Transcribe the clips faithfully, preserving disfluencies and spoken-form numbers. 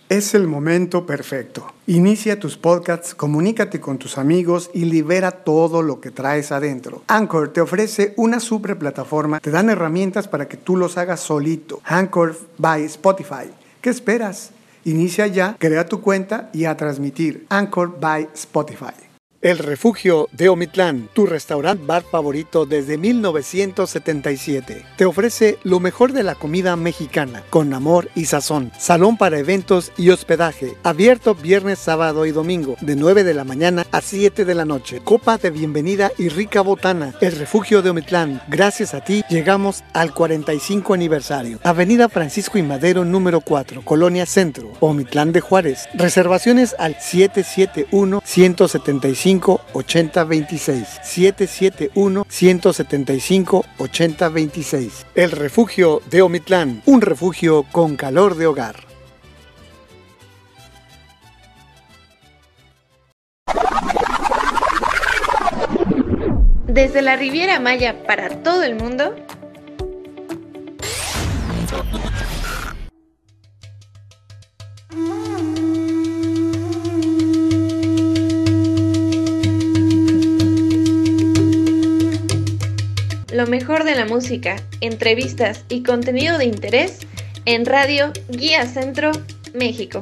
Es el momento perfecto. Inicia tus podcasts, comunícate con tus amigos y libera todo lo que traes adentro. Anchor te ofrece una super plataforma, te dan herramientas para que tú los hagas solito. Anchor by Spotify. ¿Qué esperas? Inicia ya, crea tu cuenta y a transmitir. Anchor by Spotify. El Refugio de Omitlán, tu restaurante bar favorito desde mil novecientos setenta y siete. Te ofrece lo mejor de la comida mexicana, con amor y sazón. Salón para eventos y hospedaje, abierto viernes, sábado y domingo, de nueve de la mañana a siete de la noche. Copa de bienvenida y rica botana. El Refugio de Omitlán, gracias a ti llegamos al cuarenta y cinco aniversario. Avenida Francisco y Madero número cuatro, Colonia Centro, Omitlán de Juárez. Reservaciones al siete siete uno, uno siete cinco, ochenta veintiséis. siete siete uno, uno siete cinco, ochenta veintiséis. El Refugio de Omitlán, un refugio con calor de hogar. Desde la Riviera Maya para todo el mundo, lo mejor de la música, entrevistas y contenido de interés en Radio Guía Centro, México.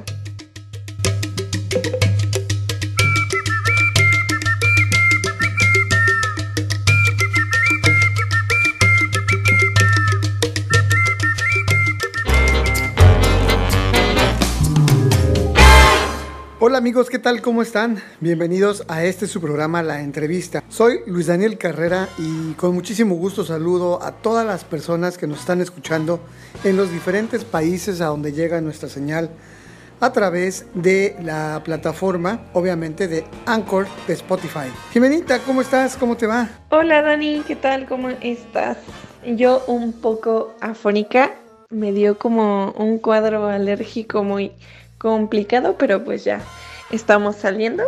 Hola amigos, ¿qué tal? ¿Cómo están? Bienvenidos a este su programa, La Entrevista. Soy Luis Daniel Carrera y con muchísimo gusto saludo a todas las personas que nos están escuchando en los diferentes países a donde llega nuestra señal a través de la plataforma, obviamente, de Anchor de Spotify. Jimenita, ¿cómo estás? ¿Cómo te va? Hola Dani, ¿qué tal? ¿Cómo estás? Yo un poco afónica, me dio como un cuadro alérgico muy complicado, pero pues ya estamos saliendo.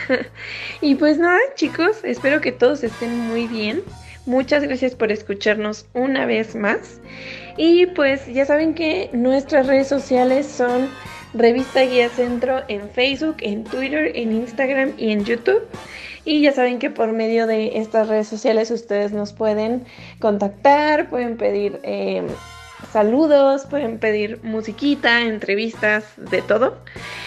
Y pues nada, chicos, espero que todos estén muy bien. Muchas gracias por escucharnos una vez más. Y pues ya saben que nuestras redes sociales son Revista Guía Centro en Facebook, en Twitter, en Instagram y en YouTube. Y ya saben que por medio de estas redes sociales ustedes nos pueden contactar, pueden pedir eh, saludos, pueden pedir musiquita, entrevistas, de todo.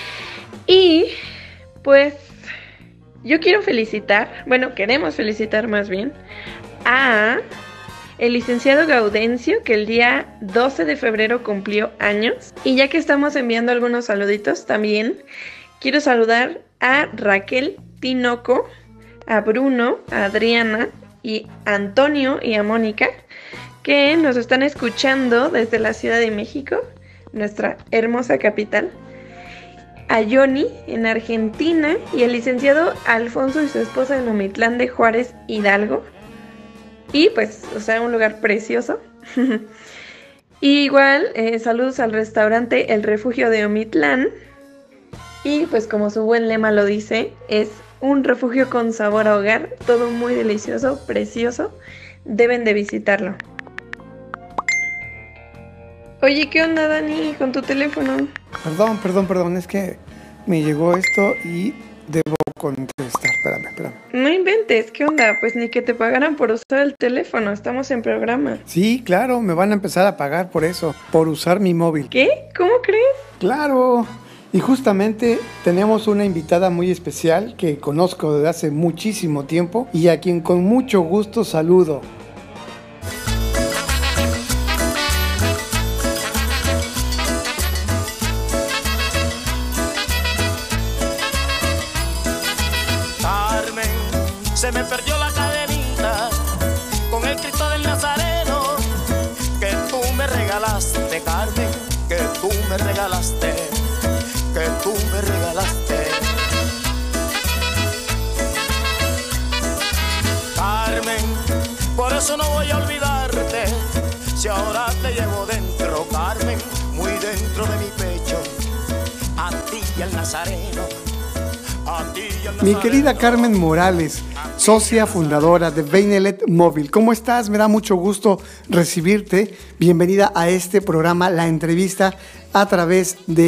Y pues yo quiero felicitar, bueno, queremos felicitar más bien a el licenciado Gaudencio, que el día doce de febrero cumplió años. Y ya que estamos enviando algunos saluditos, también quiero saludar a Raquel Tinoco, a Bruno, a Adriana y a Antonio y a Mónica, que nos están escuchando desde la Ciudad de México, nuestra hermosa capital, a Johnny en Argentina y al licenciado Alfonso y su esposa en Omitlán de Juárez, Hidalgo. Y pues, o sea, un lugar precioso. Y igual, eh, saludos al restaurante El Refugio de Omitlán. Y pues como su buen lema lo dice, es un refugio con sabor a hogar, todo muy delicioso, precioso. Deben de visitarlo. Oye, ¿qué onda, Dani, con tu teléfono? Perdón, perdón, perdón, es que me llegó esto y debo contestar. Espérame, espérame. No inventes, ¿qué onda? Pues ni que te pagaran por usar el teléfono, estamos en programa. Sí, claro, me van a empezar a pagar por eso, por usar mi móvil. ¿Qué? ¿Cómo crees? Claro, y justamente tenemos una invitada muy especial que conozco desde hace muchísimo tiempo y a quien con mucho gusto saludo. Se me perdió la cadenita con el Cristo del Nazareno que tú me regalaste, Carmen, que tú me regalaste, que tú me regalaste. Carmen, por eso no voy a olvidarte, si ahora te llevo dentro, Carmen, muy dentro de mi pecho, a ti y al Nazareno. Mi querida Carmen Morales, socia fundadora de Beinelet Móvil. ¿Cómo estás? Me da mucho gusto recibirte. Bienvenida a este programa, La Entrevista, a través de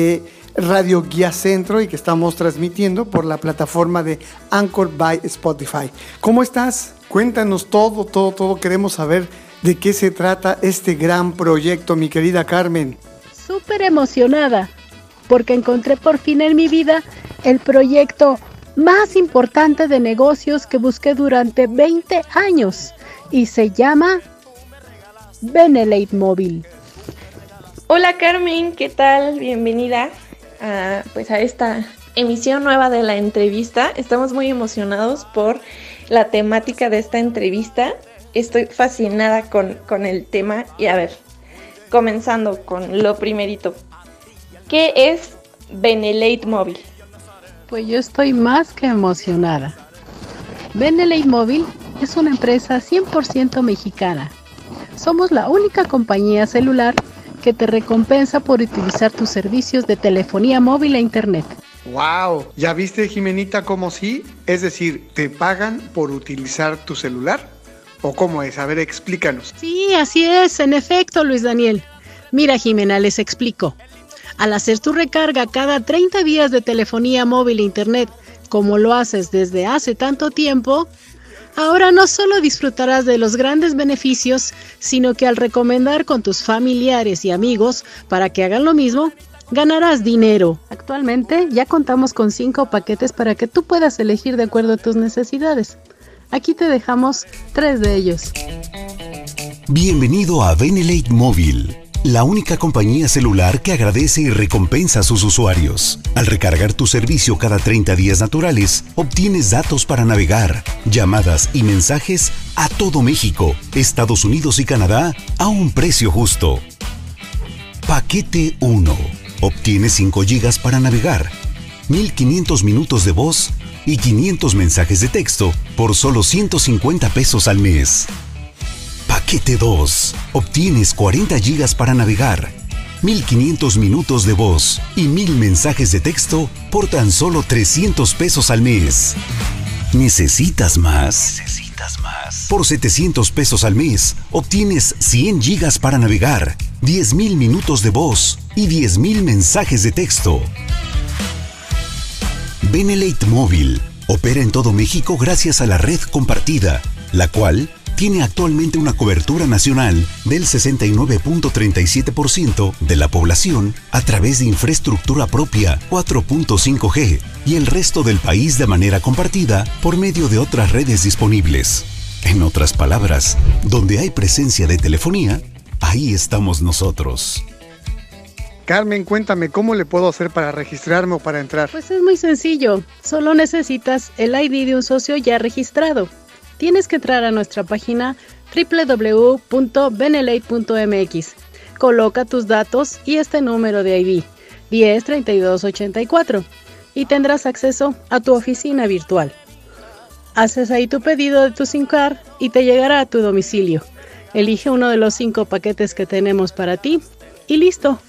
Radio Guía Centro y que estamos transmitiendo por la plataforma de Anchor by Spotify. ¿Cómo estás? Cuéntanos todo, todo, todo. Queremos saber de qué se trata este gran proyecto, mi querida Carmen. Súper emocionada, porque encontré por fin en mi vida el proyecto más importante de negocios que busqué durante veinte años y se llama Benelate Móvil. Hola Carmen, ¿qué tal? Bienvenida a, pues a esta emisión nueva de la entrevista. Estamos muy emocionados por la temática de esta entrevista. Estoy fascinada con, con el tema y a ver, comenzando con lo primerito. ¿Qué es Benelate Móvil? Pues yo estoy más que emocionada. Benelate Móvil es una empresa cien por ciento mexicana. Somos la única compañía celular que te recompensa por utilizar tus servicios de telefonía móvil e internet. ¡Wow! ¿Ya viste, Jimenita, cómo sí? Es decir, ¿te pagan por utilizar tu celular? ¿O cómo es? A ver, explícanos. Sí, así es, en efecto, Luis Daniel. Mira, Jimena, les explico. Al hacer tu recarga cada treinta días de telefonía móvil e internet, como lo haces desde hace tanto tiempo, ahora no solo disfrutarás de los grandes beneficios, sino que al recomendar con tus familiares y amigos para que hagan lo mismo, ganarás dinero. Actualmente ya contamos con cinco paquetes para que tú puedas elegir de acuerdo a tus necesidades. Aquí te dejamos tres de ellos. Bienvenido a Benelate Móvil, la única compañía celular que agradece y recompensa a sus usuarios. Al recargar tu servicio cada treinta días naturales, obtienes datos para navegar, llamadas y mensajes a todo México, Estados Unidos y Canadá a un precio justo. Paquete uno. Obtienes cinco gigas para navegar, mil quinientos minutos de voz y quinientos mensajes de texto por solo ciento cincuenta pesos al mes. Paquete dos. Obtienes cuarenta gigas para navegar, mil quinientos minutos de voz y mil mensajes de texto por tan solo trescientos pesos al mes. ¿Necesitas más? ¿Necesitas más? Por setecientos pesos al mes, obtienes cien gigas para navegar, diez mil minutos de voz y diez mil mensajes de texto. Benelate Móvil opera en todo México gracias a la red compartida, la cual tiene actualmente una cobertura nacional del sesenta y nueve punto treinta y siete por ciento de la población a través de infraestructura propia cuatro punto cinco G y el resto del país de manera compartida por medio de otras redes disponibles. En otras palabras, donde hay presencia de telefonía, ahí estamos nosotros. Carmen, cuéntame, ¿cómo le puedo hacer para registrarme o para entrar? Pues es muy sencillo, solo necesitas el I D de un socio ya registrado. Tienes que entrar a nuestra página doble u doble u doble u punto benelate punto m x. Coloca tus datos y este número de I D, diez treinta y dos ochenta y cuatro, y tendrás acceso a tu oficina virtual. Haces ahí tu pedido de tu SIM card y te llegará a tu domicilio. Elige uno de los cinco paquetes que tenemos para ti y listo.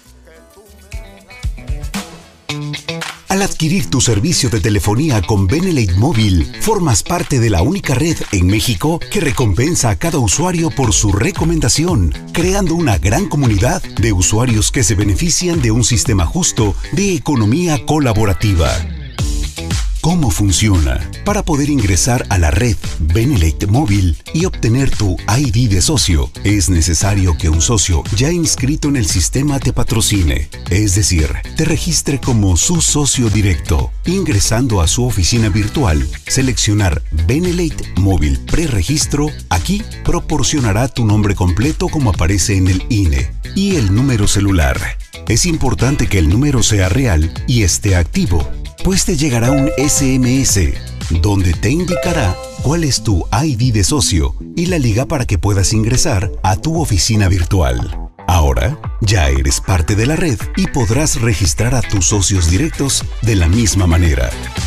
Al adquirir tu servicio de telefonía con Benelate Móvil, formas parte de la única red en México que recompensa a cada usuario por su recomendación, creando una gran comunidad de usuarios que se benefician de un sistema justo de economía colaborativa. ¿Cómo funciona? Para poder ingresar a la red Benelate Móvil y obtener tu I D de socio, es necesario que un socio ya inscrito en el sistema te patrocine, es decir, te registre como su socio directo. Ingresando a su oficina virtual, seleccionar Benelate Móvil preregistro, aquí proporcionará tu nombre completo como aparece en el I N E y el número celular. Es importante que el número sea real y esté activo, pues te llegará un S M S donde te indicará cuál es tu I D de socio y la liga para que puedas ingresar a tu oficina virtual. Ahora ya eres parte de la red y podrás registrar a tus socios directos de la misma manera.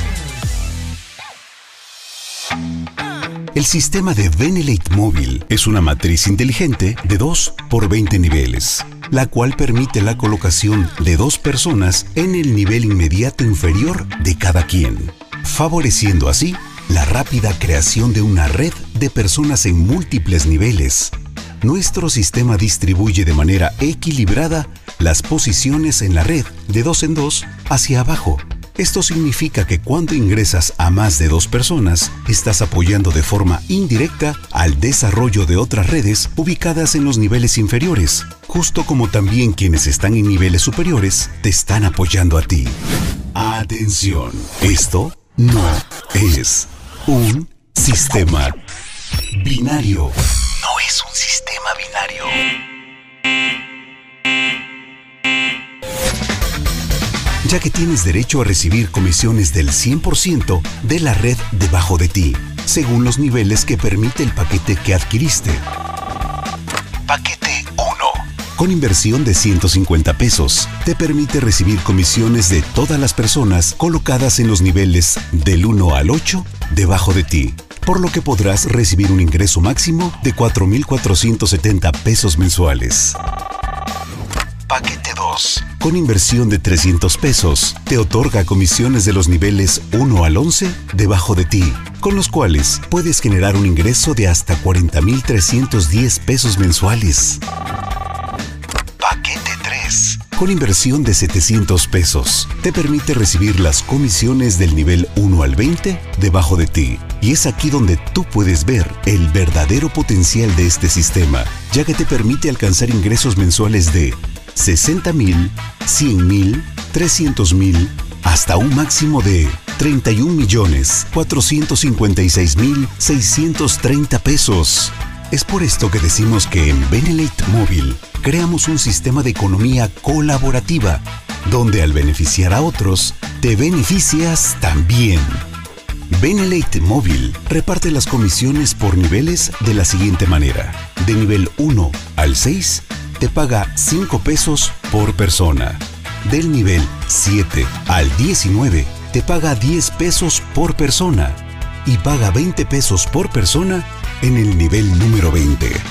El sistema de Benelate Móvil es una matriz inteligente de dos por veinte niveles, la cual permite la colocación de dos personas en el nivel inmediato inferior de cada quien, favoreciendo así la rápida creación de una red de personas en múltiples niveles. Nuestro sistema distribuye de manera equilibrada las posiciones en la red de dos en dos hacia abajo. Esto significa que cuando ingresas a más de dos personas, estás apoyando de forma indirecta al desarrollo de otras redes ubicadas en los niveles inferiores, justo como también quienes están en niveles superiores te están apoyando a ti. Atención, esto no es un sistema binario. No es un sistema binario. Ya que tienes derecho a recibir comisiones del cien por ciento de la red debajo de ti, según los niveles que permite el paquete que adquiriste. Paquete uno. Con inversión de ciento cincuenta pesos, te permite recibir comisiones de todas las personas colocadas en los niveles del uno al ocho debajo de ti, por lo que podrás recibir un ingreso máximo de cuatro mil cuatrocientos setenta pesos mensuales. Paquete dos. Con inversión de trescientos pesos, te otorga comisiones de los niveles uno al once debajo de ti, con los cuales puedes generar un ingreso de hasta cuarenta mil trescientos diez pesos mensuales. Paquete tres. Con inversión de setecientos pesos, te permite recibir las comisiones del nivel uno al veinte debajo de ti. Y es aquí donde tú puedes ver el verdadero potencial de este sistema, ya que te permite alcanzar ingresos mensuales de sesenta mil, cien mil, trescientos mil, hasta un máximo de treinta y un millones cuatrocientos cincuenta y seis mil seiscientos treinta pesos. Es por esto que decimos que en Benelate Móvil creamos un sistema de economía colaborativa, donde al beneficiar a otros, te beneficias también. Benelate Móvil reparte las comisiones por niveles de la siguiente manera. De nivel uno al seis, te paga cinco pesos por persona. Del nivel siete al diecinueve, te paga diez pesos por persona. Y paga veinte pesos por persona en el nivel número veinte. ¿Qué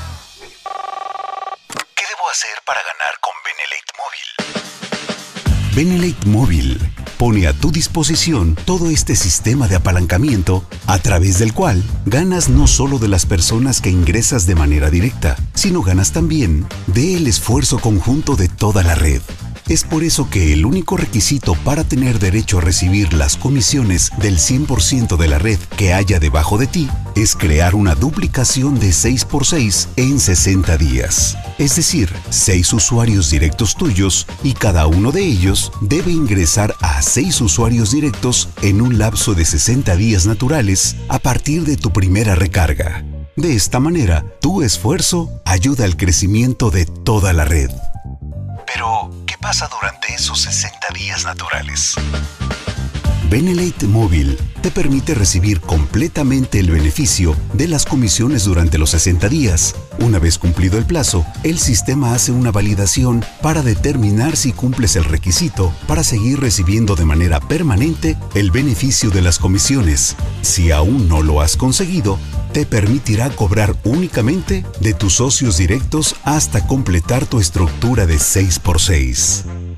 debo hacer para ganar con Benelate Móvil? Benelate Móvil pone a tu disposición todo este sistema de apalancamiento a través del cual ganas no solo de las personas que ingresas de manera directa, sino ganas también del esfuerzo conjunto de toda la red. Es por eso que el único requisito para tener derecho a recibir las comisiones del cien por ciento de la red que haya debajo de ti es crear una duplicación de seis por seis en sesenta días. Es decir, seis usuarios directos tuyos y cada uno de ellos debe ingresar a seis usuarios directos en un lapso de sesenta días naturales a partir de tu primera recarga. De esta manera, tu esfuerzo ayuda al crecimiento de toda la red. Pero, ¿qué pasa durante esos sesenta días naturales? Benelate Móvil te permite recibir completamente el beneficio de las comisiones durante los sesenta días. Una vez cumplido el plazo, el sistema hace una validación para determinar si cumples el requisito para seguir recibiendo de manera permanente el beneficio de las comisiones. Si aún no lo has conseguido, te permitirá cobrar únicamente de tus socios directos hasta completar tu estructura de seis por seis.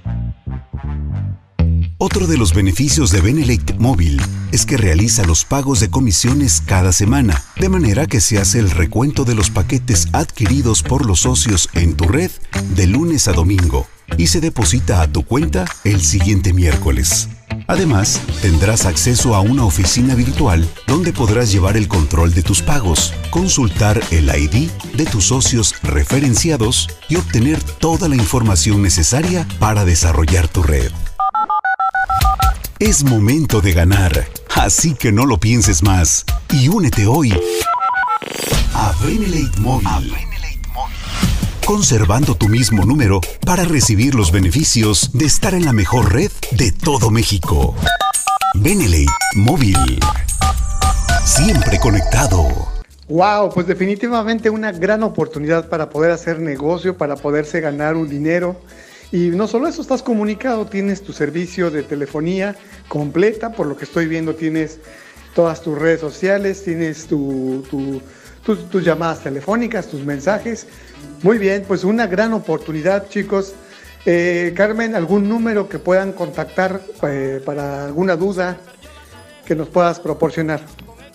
Otro de los beneficios de Benelate Móvil es que realiza los pagos de comisiones cada semana, de manera que se hace el recuento de los paquetes adquiridos por los socios en tu red de lunes a domingo y se deposita a tu cuenta el siguiente miércoles. Además, tendrás acceso a una oficina virtual donde podrás llevar el control de tus pagos, consultar el I D de tus socios referenciados y obtener toda la información necesaria para desarrollar tu red. Es momento de ganar, así que no lo pienses más y únete hoy a Benelate Móvil, conservando tu mismo número para recibir los beneficios de estar en la mejor red de todo México. Benelate Móvil, siempre conectado. Wow, pues definitivamente una gran oportunidad para poder hacer negocio, para poderse ganar un dinero. Y no solo eso, estás comunicado, tienes tu servicio de telefonía completa, por lo que estoy viendo tienes todas tus redes sociales, tienes tu, tu, tu, tus llamadas telefónicas, tus mensajes. Muy bien, pues una gran oportunidad, chicos. Eh, Carmen, ¿algún número que puedan contactar eh, para alguna duda que nos puedas proporcionar?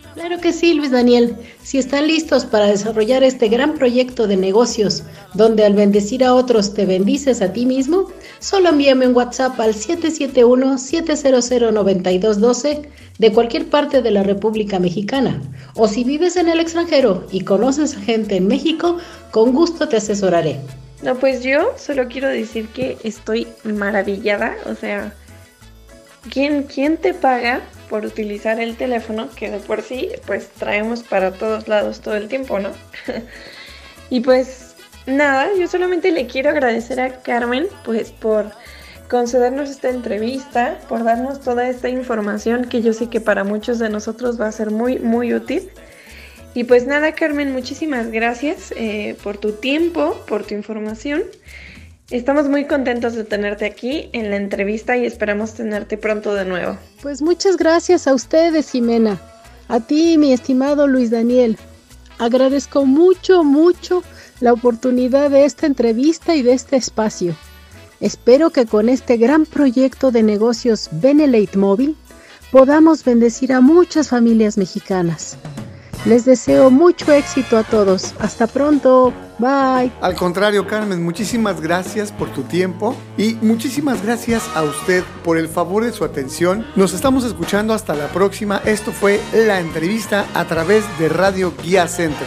Claro que sí, Luis Daniel. Si están listos para desarrollar este gran proyecto de negocios, donde al bendecir a otros te bendices a ti mismo, solo envíame un WhatsApp al siete siete uno, siete cero cero, nueve dos uno dos de cualquier parte de la República Mexicana. O si vives en el extranjero y conoces a gente en México, con gusto te asesoraré. No, pues yo solo quiero decir que estoy maravillada. O sea, ¿quién, quién te paga por utilizar el teléfono que de por sí pues traemos para todos lados todo el tiempo, ¿no? Y pues nada, yo solamente le quiero agradecer a Carmen pues por concedernos esta entrevista, por darnos toda esta información que yo sé que para muchos de nosotros va a ser muy muy útil. Y pues nada, Carmen, muchísimas gracias eh, por tu tiempo, por tu información. Estamos muy contentos de tenerte aquí en la entrevista y esperamos tenerte pronto de nuevo. Pues muchas gracias a ustedes, Jimena. A ti, mi estimado Luis Daniel. Agradezco mucho, mucho la oportunidad de esta entrevista y de este espacio. Espero que con este gran proyecto de negocios Benelate Móvil podamos bendecir a muchas familias mexicanas. Les deseo mucho éxito a todos. Hasta pronto. Bye. Al contrario, Carmen, muchísimas gracias por tu tiempo y muchísimas gracias a usted por el favor de su atención. Nos estamos escuchando hasta la próxima. Esto fue la entrevista a través de Radio Guía Centro.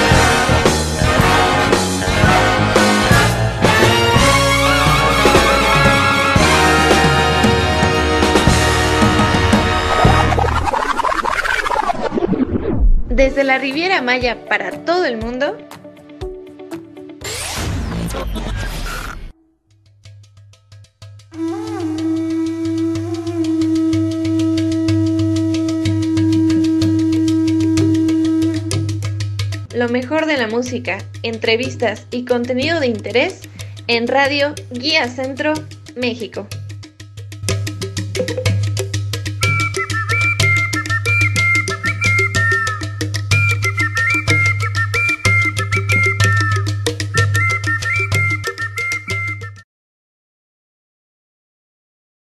Desde la Riviera Maya para todo el mundo. Lo mejor de la música, entrevistas y contenido de interés en Radio Guía Centro, México.